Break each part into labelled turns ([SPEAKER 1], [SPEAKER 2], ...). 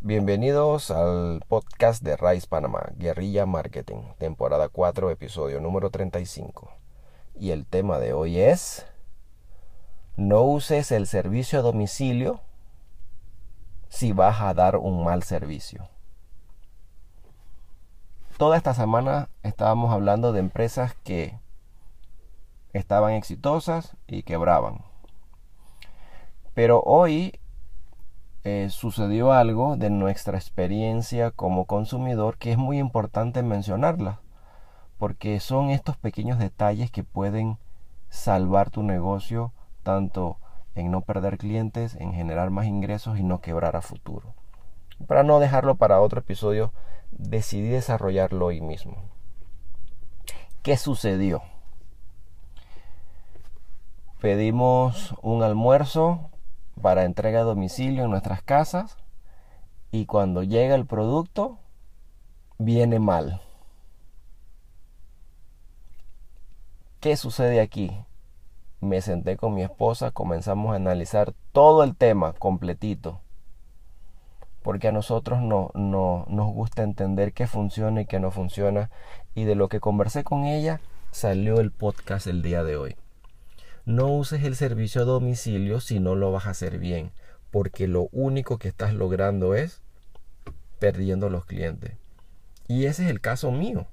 [SPEAKER 1] Bienvenidos al podcast de Rise Panamá, Guerrilla Marketing, temporada 4, episodio número 35. Y el tema de hoy es: no uses el servicio a domicilio si vas a dar un mal servicio. Toda esta semana estábamos hablando de empresas que estaban exitosas y quebraban. Pero hoy sucedió algo de nuestra experiencia como consumidor que es muy importante mencionarla, porque son estos pequeños detalles que pueden salvar tu negocio, tanto en no perder clientes, en generar más ingresos y no quebrar a futuro. Para no dejarlo para otro episodio, decidí desarrollarlo hoy mismo. ¿Qué sucedió? Pedimos un almuerzo para entrega a domicilio en nuestras casas y cuando llega el producto viene mal. ¿Qué sucede aquí? Me senté con mi esposa, comenzamos a analizar todo el tema completito, porque a nosotros no nos gusta entender qué funciona y qué no funciona, y de lo que conversé con ella salió el podcast el día de hoy. No uses el servicio a domicilio si no lo vas a hacer bien, porque lo único que estás logrando es perdiendo los clientes. Y ese es el caso mío.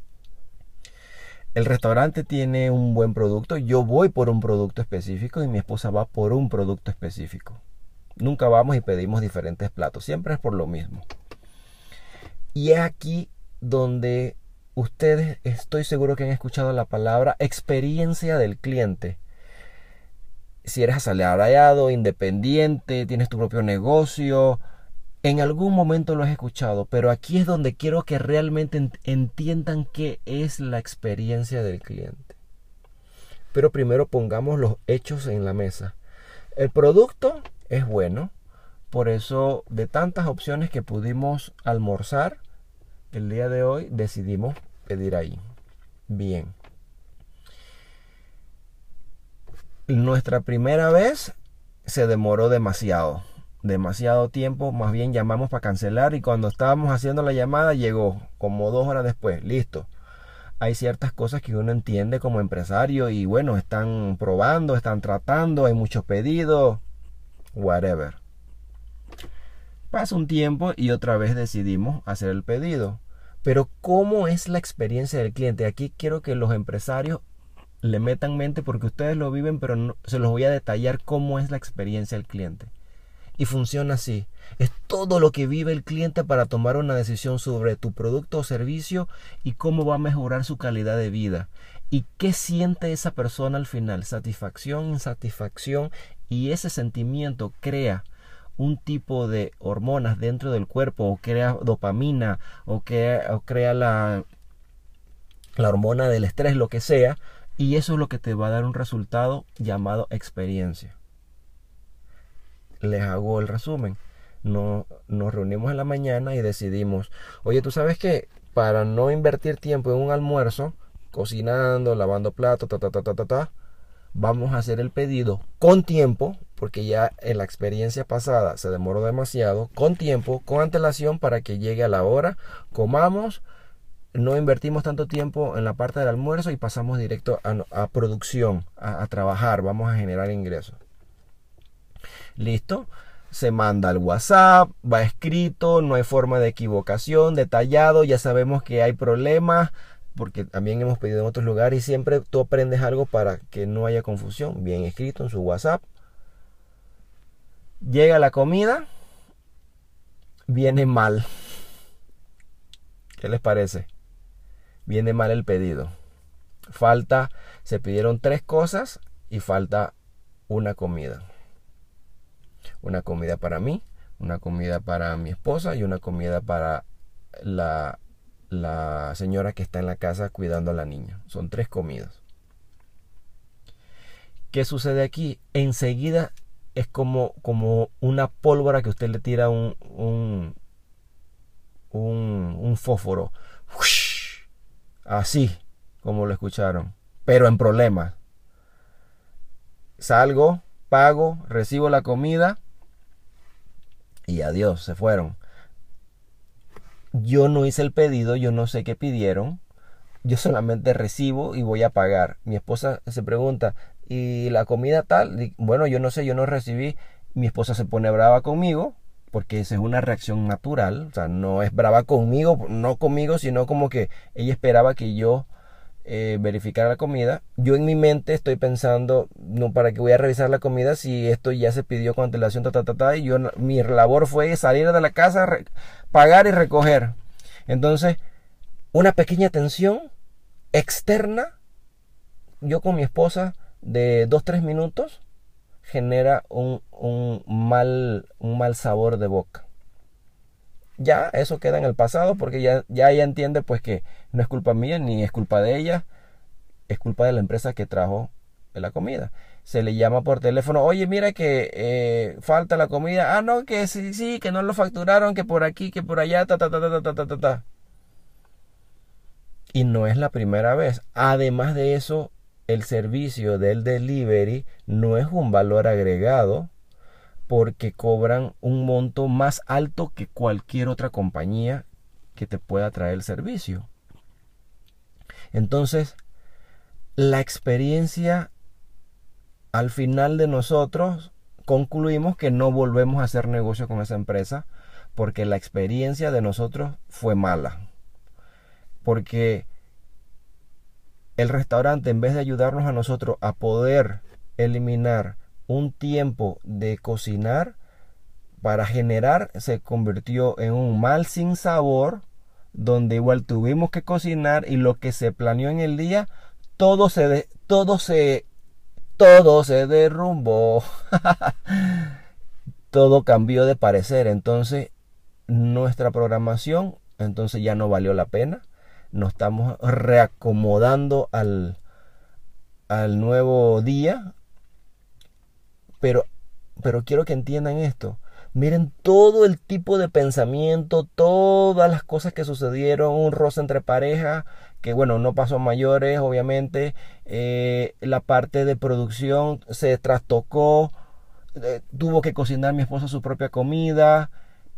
[SPEAKER 1] El restaurante tiene un buen producto, yo voy por un producto específico y mi esposa va por un producto específico. Nunca vamos y pedimos diferentes platos, siempre es por lo mismo. Y es aquí donde ustedes, estoy seguro que han escuchado la palabra experiencia del cliente. Si eres asalariado, independiente, tienes tu propio negocio, en algún momento lo has escuchado, pero aquí es donde quiero que realmente entiendan qué es la experiencia del cliente. Pero primero pongamos los hechos en la mesa. El producto es bueno, por eso de tantas opciones que pudimos almorzar, el día de hoy decidimos pedir ahí. Bien. Nuestra primera vez se demoró demasiado tiempo, más bien llamamos para cancelar y cuando estábamos haciendo la llamada llegó como 2 horas después, listo. Hay ciertas cosas que uno entiende como empresario y bueno, están probando, están tratando, hay muchos pedidos, whatever. Pasa un tiempo y otra vez decidimos hacer el pedido. Pero ¿cómo es la experiencia del cliente? Aquí quiero que los empresarios le metan mente porque ustedes lo viven, pero no, se los voy a detallar cómo es la experiencia del cliente. Y funciona así. Es todo lo que vive el cliente para tomar una decisión sobre tu producto o servicio y cómo va a mejorar su calidad de vida. Y qué siente esa persona al final. Satisfacción, insatisfacción. Y ese sentimiento crea un tipo de hormonas dentro del cuerpo, o crea dopamina, o crea la hormona del estrés, lo que sea. Y eso es lo que te va a dar un resultado llamado experiencia. Les hago el resumen. Nos reunimos en la mañana y decidimos, oye, ¿tú sabes qué? Para no invertir tiempo en un almuerzo, cocinando, lavando platos, vamos a hacer el pedido con tiempo, porque ya en la experiencia pasada se demoró demasiado, con tiempo, con antelación para que llegue a la hora, comamos, no invertimos tanto tiempo en la parte del almuerzo y pasamos directo a producción, a trabajar, vamos a generar ingresos. Listo, se manda al WhatsApp, va escrito, no hay forma de equivocación, detallado, ya sabemos que hay problemas, porque también hemos pedido en otros lugares y siempre tú aprendes algo para que no haya confusión, bien escrito en su WhatsApp. Llega la comida, viene mal. ¿Qué les parece? Viene mal el pedido. Se pidieron 3 cosas y falta una comida. Una comida para mí, una comida para mi esposa y una comida para la señora que está en la casa cuidando a la niña. Son 3 comidas. ¿Qué sucede aquí? Enseguida es como una pólvora que usted le tira un fósforo. Así como lo escucharon. Pero en problemas. Salgo, pago, recibo la comida y adiós, se fueron. yo no hice el pedido, yo no sé qué pidieron, yo solamente recibo y voy a pagar. Mi esposa se pregunta, ¿y la comida tal? Bueno, yo no sé, yo no recibí. Mi esposa se pone brava conmigo, porque esa es una reacción natural, o sea, no es brava conmigo, no conmigo, sino como que ella esperaba que yo verificara la comida. Yo en mi mente estoy pensando, no, ¿para qué voy a revisar la comida si esto ya se pidió con antelación, y yo, mi labor fue salir de la casa, pagar y recoger. Entonces, una pequeña tensión externa, yo con mi esposa, de 2-3 minutos, genera un mal sabor de boca. Ya eso queda en el pasado, porque ya ella entiende pues que no es culpa mía ni es culpa de ella, es culpa de la empresa que trajo la comida. Se le llama por teléfono, oye, mira que falta la comida. Ah, no, que sí, sí, que no lo facturaron, que por aquí, que por allá, ta, ta, ta, ta, ta, ta, ta, ta. Y no es la primera vez. Además de eso, el servicio del delivery no es un valor agregado, porque cobran un monto más alto que cualquier otra compañía que te pueda traer el servicio. Entonces, la experiencia, al final de nosotros concluimos que no volvemos a hacer negocio con esa empresa, porque la experiencia de nosotros fue mala. Porque el restaurante, en vez de ayudarnos a nosotros a poder eliminar un tiempo de cocinar para generar, se convirtió en un mal sin sabor, donde igual tuvimos que cocinar, y lo que se planeó en el día, todo se derrumbó. Todo cambió de parecer. Entonces nuestra programación entonces ya no valió la pena. Nos estamos reacomodando al nuevo día. Pero quiero que entiendan esto. Miren todo el tipo de pensamiento, todas las cosas que sucedieron, un roce entre parejas, que bueno, no pasó a mayores, obviamente. La parte de producción se trastocó, tuvo que cocinar mi esposa su propia comida,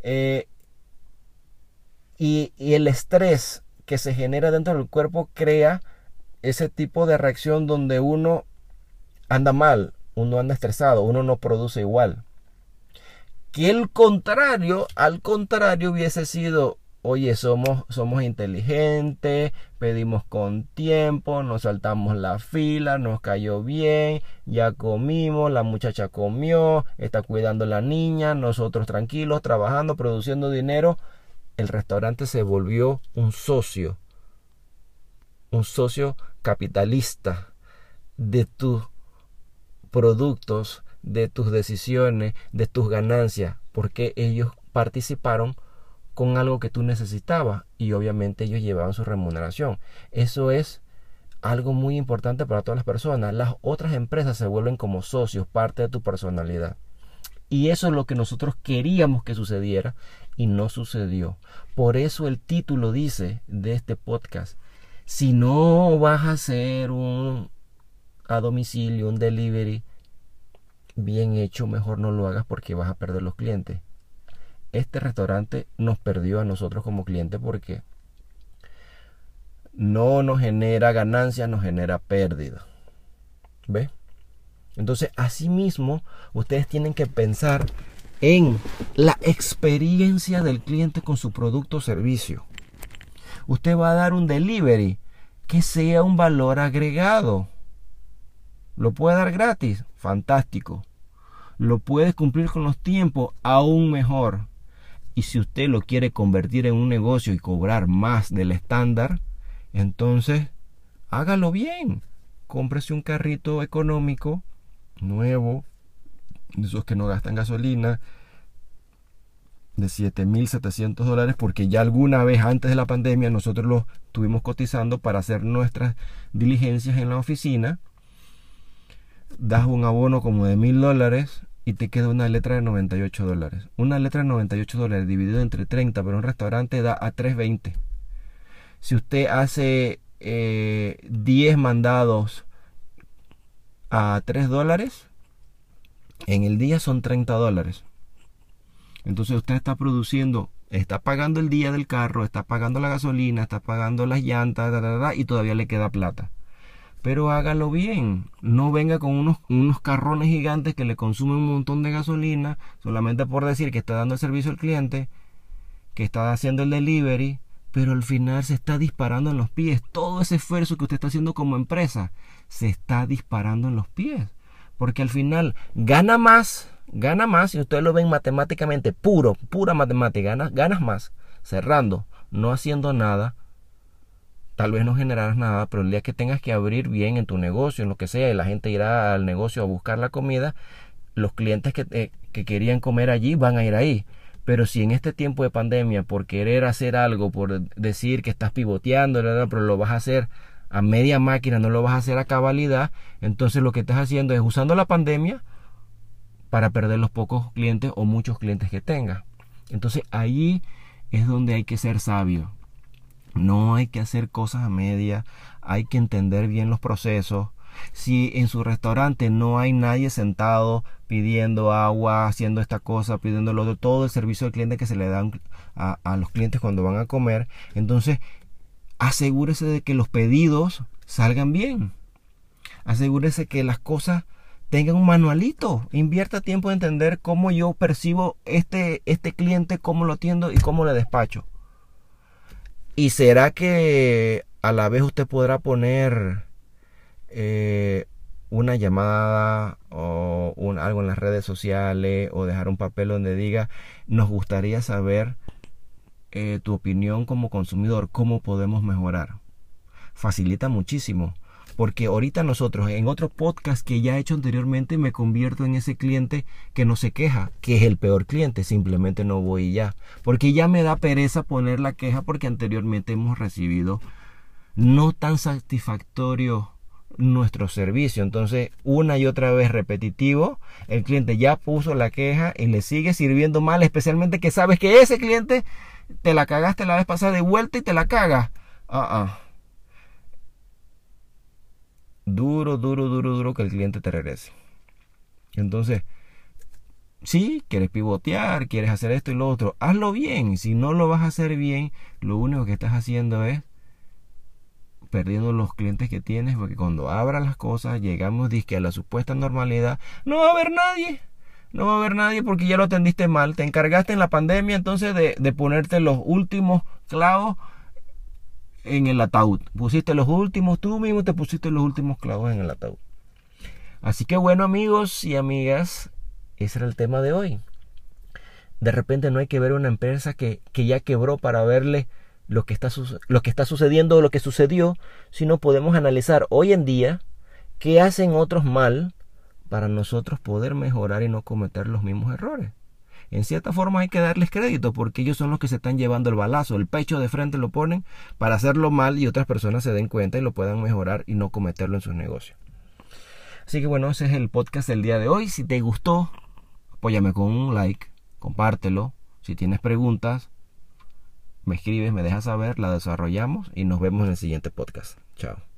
[SPEAKER 1] y el estrés que se genera dentro del cuerpo crea ese tipo de reacción donde uno anda mal, uno anda estresado, uno no produce igual. Que al contrario hubiese sido, oye, somos inteligentes, pedimos con tiempo, nos saltamos la fila, nos cayó bien, ya comimos, la muchacha comió, está cuidando a la niña, nosotros tranquilos, trabajando, produciendo dinero. El restaurante se volvió un socio capitalista de tus productos, de tus decisiones, de tus ganancias, porque ellos participaron con algo que tú necesitabas, y obviamente ellos llevaban su remuneración. Eso es algo muy importante para todas las personas. Las otras empresas se vuelven como socios, parte de tu personalidad. Y eso es lo que nosotros queríamos que sucediera, y no sucedió. Por eso el título dice de este podcast: si no vas a hacer a domicilio, un delivery bien hecho, mejor no lo hagas, porque vas a perder los clientes. Este restaurante nos perdió a nosotros como clientes, porque no nos genera ganancias, nos genera pérdida. ¿Ves? Entonces, asimismo, ustedes tienen que pensar en la experiencia del cliente con su producto o servicio. Usted va a dar un delivery que sea un valor agregado. ¿Lo puede dar gratis? Fantástico. ¿Lo puede cumplir con los tiempos? Aún mejor. Y si usted lo quiere convertir en un negocio y cobrar más del estándar, entonces hágalo bien. Cómprese un carrito económico, nuevo, de esos que no gastan gasolina, de $7,700, porque ya alguna vez antes de la pandemia nosotros los estuvimos cotizando para hacer nuestras diligencias en la oficina. Das un abono como de $1,000 y te queda una letra de $98. Una letra de $98 dividido entre 30, pero un restaurante da a $3.20. Si usted hace 10 mandados a $3, en el día son $30. Entonces usted está produciendo está pagando el día del carro, está pagando la gasolina, está pagando las llantas, y todavía le queda plata. Pero hágalo bien, no venga con unos carrones gigantes que le consumen un montón de gasolina solamente por decir que está dando el servicio al cliente, que está haciendo el delivery, pero al final se está disparando en los pies. Todo ese esfuerzo que usted está haciendo como empresa se está disparando en los pies, porque al final gana más, y ustedes lo ven matemáticamente, pura matemática, ganas más cerrando, no haciendo nada. Tal vez no generarás nada, pero el día que tengas que abrir bien en tu negocio, en lo que sea, y la gente irá al negocio a buscar la comida, los clientes que querían comer allí van a ir ahí. Pero si en este tiempo de pandemia, por querer hacer algo, por decir que estás pivoteando, pero lo vas a hacer a media máquina, no lo vas a hacer a cabalidad, entonces lo que estás haciendo es usando la pandemia para perder los pocos clientes o muchos clientes que tengas. Entonces ahí es donde hay que ser sabio. No hay que hacer cosas a media, hay que entender bien los procesos. Si en su restaurante no hay nadie sentado pidiendo agua, haciendo esta cosa, pidiendo lo de todo el servicio al cliente que se le dan a los clientes cuando van a comer, entonces asegúrese de que los pedidos salgan bien. Asegúrese que las cosas tengan un manualito. Invierta tiempo en entender cómo yo percibo este cliente, cómo lo atiendo y cómo le despacho. ¿Y será que a la vez usted podrá poner una llamada o algo en las redes sociales o dejar un papel donde diga: nos gustaría saber tu opinión como consumidor, cómo podemos mejorar? Facilita muchísimo, porque ahorita nosotros en otro podcast que ya he hecho anteriormente me convierto en ese cliente que no se queja, que es el peor cliente. Simplemente no voy ya, porque ya me da pereza poner la queja, porque anteriormente hemos recibido no tan satisfactorio nuestro servicio. Entonces una y otra vez repetitivo, el cliente ya puso la queja y le sigue sirviendo mal, especialmente que sabes que ese cliente te la cagaste la vez pasada de vuelta y te la cagas. Duro que el cliente te regrese. Entonces, si quieres pivotear, quieres hacer esto y lo otro, hazlo bien. Si no lo vas a hacer bien, lo único que estás haciendo es perdiendo los clientes que tienes, porque cuando abras las cosas, llegamos a la supuesta normalidad, no va a haber nadie. No va a haber nadie porque ya lo atendiste mal. Te encargaste en la pandemia entonces de ponerte los últimos clavos en el ataúd. Pusiste los últimos, tú mismo te pusiste los últimos clavos en el ataúd. Así que bueno, amigos y amigas, ese era el tema de hoy. De repente no hay que ver una empresa que ya quebró para verle lo que está sucediendo o lo que sucedió, sino podemos analizar hoy en día qué hacen otros mal para nosotros poder mejorar y no cometer los mismos errores. En cierta forma hay que darles crédito, porque ellos son los que se están llevando el balazo, el pecho de frente lo ponen para hacerlo mal y otras personas se den cuenta y lo puedan mejorar y no cometerlo en sus negocios. Así que bueno, ese es el podcast del día de hoy. Si te gustó, apóyame con un like, compártelo. Si tienes preguntas, me escribes, me dejas saber, la desarrollamos y nos vemos en el siguiente podcast. Chao.